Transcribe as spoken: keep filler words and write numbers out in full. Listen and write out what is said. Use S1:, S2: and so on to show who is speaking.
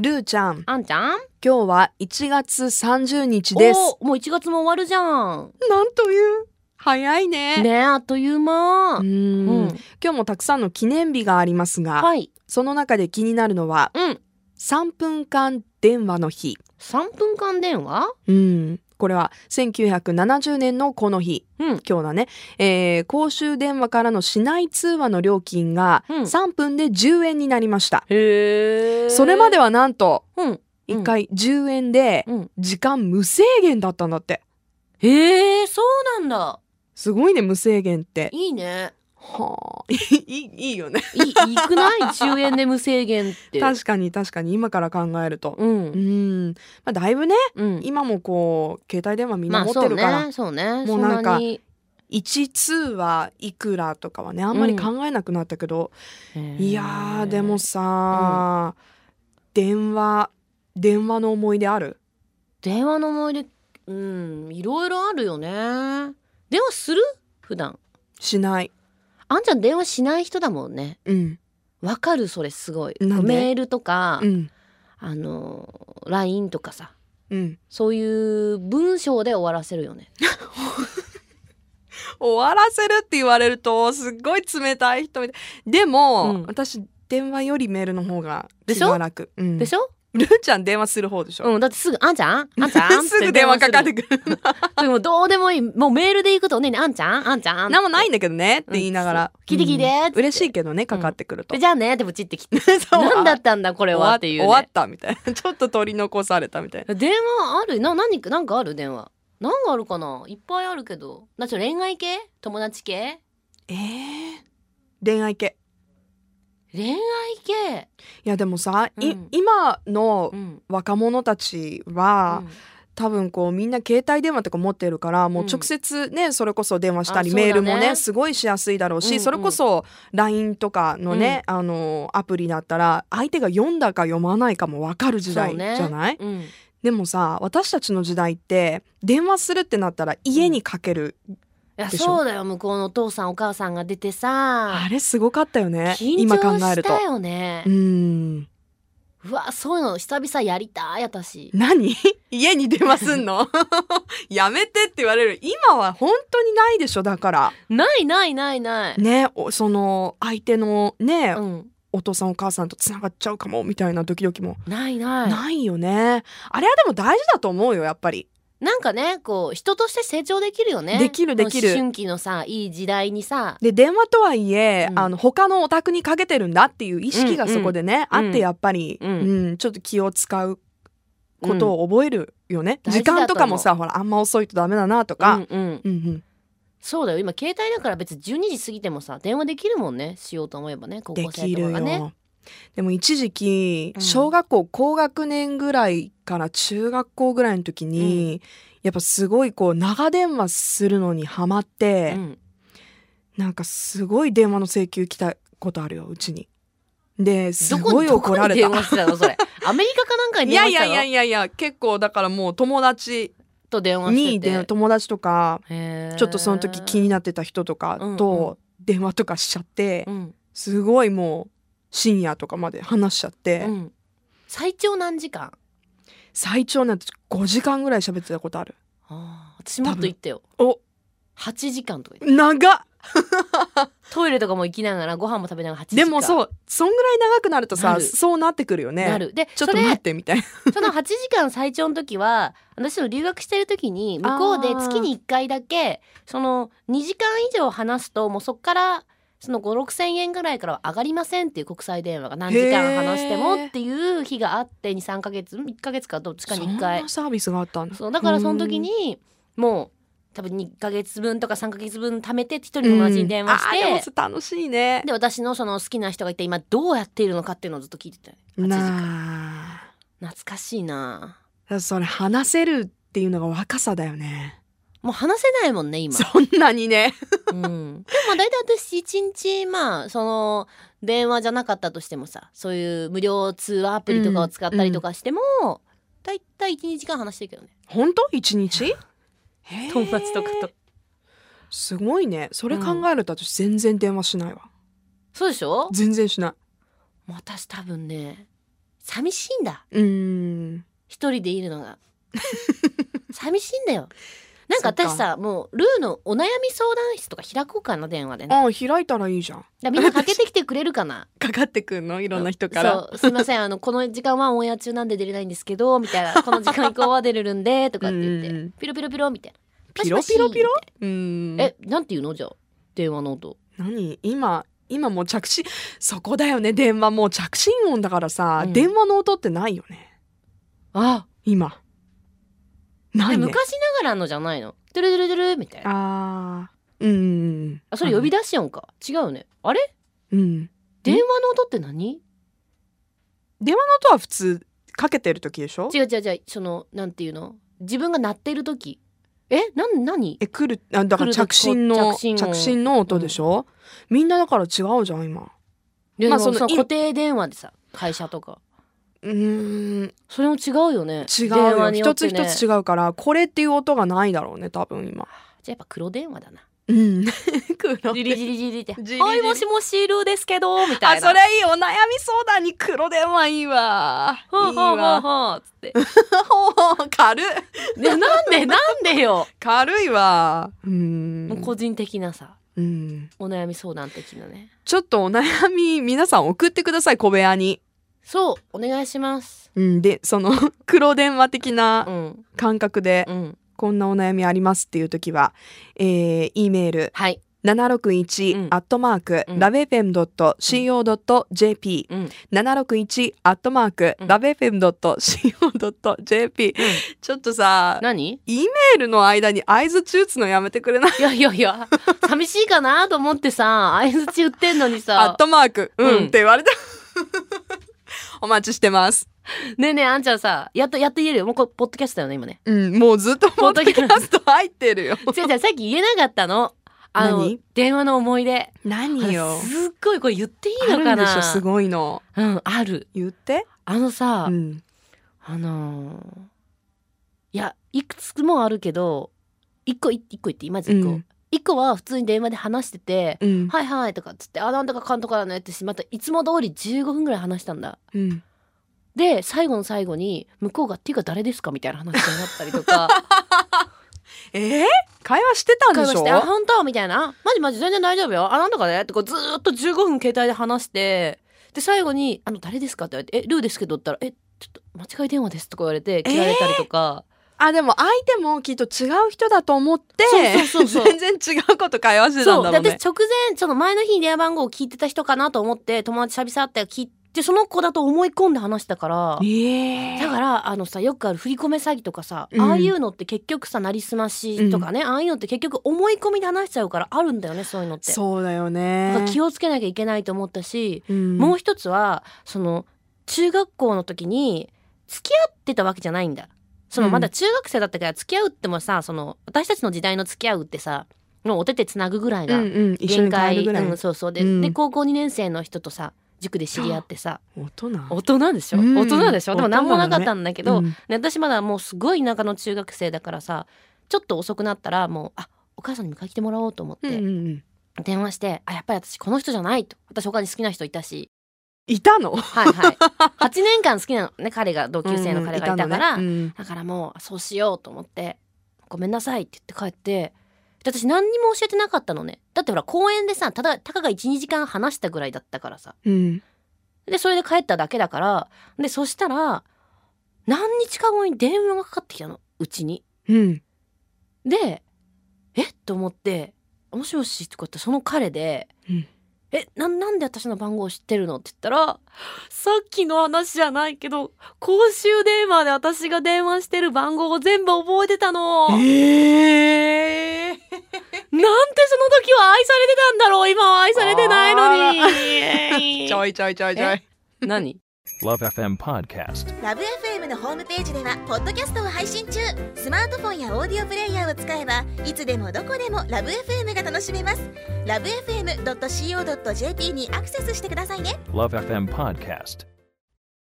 S1: ルーちゃん、
S2: あんちゃん、
S1: 今日はいちがつさんじゅうにちです。
S2: お、もういちがつも終わるじゃん。
S1: なんという早いね。
S2: ねえ、あっという間。
S1: うーん、
S2: うん、
S1: 今日もたくさんの記念日がありますが、
S2: はい、
S1: その中で気になるのは、
S2: うん、
S1: さんぷんかん電話の日。
S2: さんぷんかん電話。
S1: うん、これはせんきゅうひゃくななじゅうねんのこの日、
S2: うん、
S1: 今日だね、えー、公衆電話からの市内通話の料金が
S2: うん
S1: さんぷんでじゅうえんになりました。
S2: へえ。
S1: それまではなんと
S2: うん、
S1: いっかいじゅうえんで
S2: うん、
S1: 時間無制限だったんだって。
S2: へえ、そうなんだ。
S1: すごいね、無制限って。
S2: いいね。
S1: はあ、いい、いいよね。
S2: いい、いいくないじゅうえんで無制限って
S1: 確かに確かに、今から考えると。
S2: う
S1: うんん、まあ、だいぶね、
S2: うん、
S1: 今もこう携帯電話みん
S2: まあ
S1: な持ってるから、
S2: そうね、そうね、
S1: もうなんか
S2: そに
S1: いち通はいくらとかはねあんまり考えなくなったけど、
S2: へー
S1: いやーでもさ、電話電話の思い出ある？
S2: 電話の思い出、うん、いろいろあるよね。電話する？普段
S1: しない。
S2: あんちゃん電話しない人だもんね。
S1: うん
S2: わかる、それすごい。
S1: なんで？
S2: メールとか、
S1: うん
S2: あの ライン とかさ、
S1: うん
S2: そういう文章で終わらせるよね。
S1: 終わらせるって言われるとすっごい冷たい人みたい。でも、
S2: うん
S1: 私電話よりメールの方が気
S2: でしょ
S1: が楽。うん
S2: でしょ？
S1: ルーちゃん電話する方でしょ？
S2: うん、だってすぐあんちゃんあんちゃん
S1: すぐ電話かかってくる。
S2: でもどうでもいい、もうメールで行くとねえねえあんちゃんあんちゃん
S1: なんもないんだけどねって言いながら、
S2: うん聞いて聞いて
S1: うん
S2: って
S1: 嬉しいけどね、かかってくると、
S2: でじゃあねってブチってきて
S1: そう
S2: 何だったんだこれはっていう、ね、
S1: 終わっ終わったみたいな。ちょっと取り残されたみたいな。
S2: 電話あるな、何かなんかある電話何があるかな、いっぱいあるけど、なちょ恋愛系、友達系、
S1: えー、恋愛系。
S2: 恋愛系、
S1: いやでもさ、い
S2: うん
S1: 今の
S2: うん
S1: 若者たちは、
S2: うん
S1: 多分こうみんな携帯電話とか持ってるからもう直接ね、それこそ電話したり、
S2: あそうだね
S1: メールもねすごいしやすいだろうし、
S2: うんうん
S1: それこそ ライン とかのね、あのアプリだったら相手が読んだか読まないかも分かる時代
S2: そうね
S1: じゃない？
S2: うん
S1: でもさ、私たちの時代って電話するってなったら家にかける、
S2: いや
S1: でしょ
S2: そうだよ、向こうのお父さんお母さんが出てさ
S1: あれすごかったよね、
S2: 緊
S1: 今考
S2: 張
S1: えると。
S2: したよね
S1: う。ん、
S2: うわそういうの久々やりたい私。
S1: 何家に電話すんのやめてって言われる。今は本当にないでしょ。だから
S2: ないないないない、
S1: ね、おその相手のね、
S2: うん、
S1: お父さんお母さんとつながっちゃうかもみたいなドキドキも
S2: ないない
S1: ないよね。あれはでも大事だと思うよ、やっぱり。
S2: なんかね、こう人として成長できるよね。
S1: できるできる
S2: 思春期のさいい時代にさ、
S1: で電話とはいえ、
S2: うん
S1: あの他のお宅にかけてるんだっていう意識がそこでね、
S2: うんうん
S1: あってやっぱり、
S2: う
S1: うんんちょっと気を使うことを覚えるよね、
S2: うん大事だと思う
S1: 時間とかもさ、ほらあんま遅いとダメだなとか、
S2: うんうん、
S1: うんうん
S2: そうだよ、今携帯だから別にじゅうにじ過ぎてもさ電話できるもんね、しようと思えばね、高
S1: で
S2: 校生
S1: きるよ、
S2: とかがね。
S1: でも一時期
S2: うん
S1: 小学校高学年ぐらいから中学校ぐらいの時に、やっぱすごいこう長電話するのにハマって、
S2: うん
S1: なんかすごい電話の請求来たことあるよ、うちに。です
S2: どこ
S1: ごい怒られた。
S2: どこに電話してたのそれアメリカかなんかに
S1: い
S2: 電話したの
S1: やいやいやいやいや、結構だからもう友達
S2: と電話して
S1: に
S2: て、
S1: で友達とか
S2: へー
S1: ちょっとその時気になってた人とか
S2: うんうん
S1: と電話とかしちゃって、
S2: うん
S1: すごいもう深夜とかまで話しちゃって、
S2: うん、最長何時間？
S1: 最長なんてごじかんぐらい喋ってたことある。
S2: あー私もっと言ってよ、
S1: お、
S2: はちじかんとか言って、
S1: 長っ。
S2: トイレとかも行きながらご飯も食べながらはちじかん。
S1: でもそう、そんぐらい長くなるとさ、
S2: なる
S1: そうなってくるよね。
S2: なる。で
S1: ちょっと待ってみたいな。
S2: それそのはちじかん最長の時は私の留学してる時に向こうで月にいっかいだけそのにじかん以上話すともうそっからそのご、ろくせんえんぐらいからは上がりませんっていう国際電話が何時間話してもっていう日があって、にさんかげついっかげつかどっちかにいっかい、
S1: そんなサービスがあったんだ。
S2: そうだからその時にもう多分にかげつぶんとかさんかげつぶん貯めて一人の友達に電話して、
S1: うん、あーでも楽しいね。
S2: で私のその好きな人がいて今どうやっているのかっていうのをずっと聞いてたよね。はちじかん。
S1: な
S2: 懐かしいな。
S1: あ、それ話せるっていうのが若さだよね。
S2: もう話せないもんね今。
S1: そんなにね。
S2: うん、でもまあ大体私一日まあその電話じゃなかったとしてもさ、そういう無料通話アプリとかを使ったりとかしても、大体いちにちかん話してるけどね。
S1: 本当一日へー
S2: 友達とかと。
S1: すごいね。それ考えると私全然電話しないわ。
S2: そうでしょ？
S1: 全然しない。
S2: もう私多分ね寂しいんだ。
S1: うーん
S2: 一人でいるのが寂しいんだよ。なんか私さ、もうルーのお悩み相談室とか開こうかな、電話でね。
S1: ああ開いたらいいじゃん。
S2: だみんなかけてきてくれるかな
S1: かかってくんのいろんな人から
S2: そうすいませんあのこの時間はオンエア中なんで出れないんですけどみたいなこの時間以降は出れるんでとかって言って
S1: うんうん
S2: ピロピロピロみたいな
S1: ピロピロピロ
S2: パシパシ
S1: うーん
S2: えなんて言うのじゃあ電話の音。
S1: 何今今もう着信そこだよね。電話もう着信音だからさ、
S2: うん、
S1: 電話の音ってないよね
S2: あ
S1: 今ないね。
S2: 昔ながらのじゃないのトゥルトゥルトゥルみたいな。
S1: あーうん
S2: あそれ呼び出し音か、違うね。あれ
S1: うん
S2: 電話の音って何？
S1: 電話の音は普通かけてる時でしょ。
S2: 違う違う違うそのなんていうの自分が鳴ってる時えなん何
S1: え来るあだから着信の
S2: 着信音
S1: 着信の音でしょ、うん、みんなだから違うじゃん今。
S2: で
S1: まあその
S2: その固定電話でさ会社とか
S1: うーん
S2: それも違うよね。
S1: 違う
S2: 電話
S1: よ、
S2: によってね、
S1: 一つ一つ違うからこれっていう音がないだろうね多分今。
S2: じゃあやっぱ黒電話だな。
S1: うん黒
S2: ジリジリジリって
S1: ジリジリ
S2: はいもしもしルーですけどみたいな。
S1: あそれいいお悩み相談に黒電話いいわいい
S2: はあはあは
S1: わ
S2: あはあつって
S1: 軽い
S2: いやなんでなんでよ
S1: 軽いわうーん
S2: もう個人的なさ
S1: うん
S2: お悩み相談的なね。
S1: ちょっとお悩み皆さん送ってください小部屋に。
S2: そうお願いします。
S1: うんでその黒電話的
S2: う
S1: なん感覚で、
S2: うん
S1: こんなお悩みありますっていう時は、えー、E メール
S2: はい
S1: ななろくいち
S2: うん
S1: アットマーク
S2: うん
S1: ラブエフエムドットシーオードットジェーピー
S2: うん
S1: ななろくいちアットマーク
S2: うん
S1: ラブエフエムドットシーオードットジェーピーちょっとさ
S2: 何
S1: E メールの間に合図打つのやめてくれない？
S2: いやいやいや寂しいかなと思ってさ相づち打ってんのに
S1: アッ
S2: さ
S1: トマークうん、
S2: うん
S1: って言われたお待ちしてます。
S2: ねえねえあんちゃんさやっとやっと言えるよ。もうこれポッドキャストだよね今ね。
S1: うんもうずっとポッドキャスト入ってるよ
S2: 違う違うさっき言えなかったのあの
S1: 何
S2: 電話の思い出。
S1: 何よ
S2: すっごいこれ言っていい
S1: あるんで
S2: のかな。
S1: しょすごいの
S2: うんある。
S1: 言って
S2: あのさ、
S1: うん
S2: あのー、いやいくつもあるけど一個一個言ってまず一個、
S1: うん
S2: 一個は普通に電話で話してて、
S1: うん
S2: はいはいとかっつってあなんとかかんとかだねってしまったいつも通りじゅうごふんぐらい話したんだ。
S1: うん
S2: で最後の最後に向こうが「っていうか誰ですか?」みたいな話になったりとか
S1: えー、会話してたんでしょ
S2: 会話して「あ本当?」みたいな「マジマジ全然大丈夫よあなんとかね」ってこうずーっとじゅうごふん携帯で話してで最後に「あの誰ですか?」って言われて「えルーですけど」って言ったら「えちょっと間違い電話です」とか言われて切られたりとか、
S1: あでも相手もきっと違う人だと思って
S2: そうそうそうそう
S1: 全然違うこと会話してた
S2: そうで
S1: んだもんね。
S2: 私直前その前の日に電話番号を聞いてた人かなと思って友達久々会って聞いてその子だと思い込んで話したから、
S1: えー、
S2: だからあのさよくある振り込め詐欺とかさ、
S1: うん
S2: ああいうのって結局さなりすましとかね、ああいうのって結局思い込みで話しちゃうからあるんだよねそういうのって。
S1: そうだよ
S2: だ
S1: ね
S2: から気をつけなきゃいけないと思ったし、
S1: うん、
S2: もう一つはその中学校の時に付き合ってたわけじゃないんだ。そのまだ中学生だったから付き合うってもさその私たちの時代の付き合うってさもうお手手つなぐぐらいが
S1: うんうん、一緒に帰
S2: 限界、
S1: るぐらい、
S2: うん、そうそうで、
S1: うん
S2: で高校にねん生の人とさ塾で知り合ってさ
S1: 大人
S2: 大人でしょ、
S1: うん
S2: 大人でしょでも何もなかったんだけど、
S1: うん
S2: ね、私まだもうすごい田舎の中学生だからさちょっと遅くなったらもうあお母さんに迎え来てもらおうと思って、
S1: うんうんうん、
S2: 電話してあやっぱり私この人じゃないと私他に好きな人いたし
S1: いたの
S2: はいはいはちねんかん好きなのね彼が同級生の彼がいたから、
S1: うんうんいたのね
S2: だからもうそうしようと思ってごめんなさいって言って帰ってで私何にも教えてなかったのね。だってほら公園でさただたかが いちにじかん話したぐらいだったからさ
S1: うん
S2: でそれで帰っただけだからでそしたら何日か後に電話がかかってきたのうちに。
S1: うん
S2: でえっと思ってもしもしってこうやってその彼で、
S1: うん
S2: えななんで私の番号知ってるのって言ったらさっきの話じゃないけど公衆電話で私が電話してる番号を全部覚えてたの。
S1: えー、
S2: なんてその時は愛されてたんだろう今は愛されてないのに
S1: ちょいちょいちょいちょい
S2: 何
S3: Love エフエム Podcast。
S4: ラブ エフエム のホームページではポッドキャストを配信中。スマートフォンやオーディオプレイヤーを使えばいつでもどこでもラブ エフエム が楽しめます。ラブエフエムドットシーオードットジェーピー にアクセスしてくださいね。
S3: Love エフエム Podcast。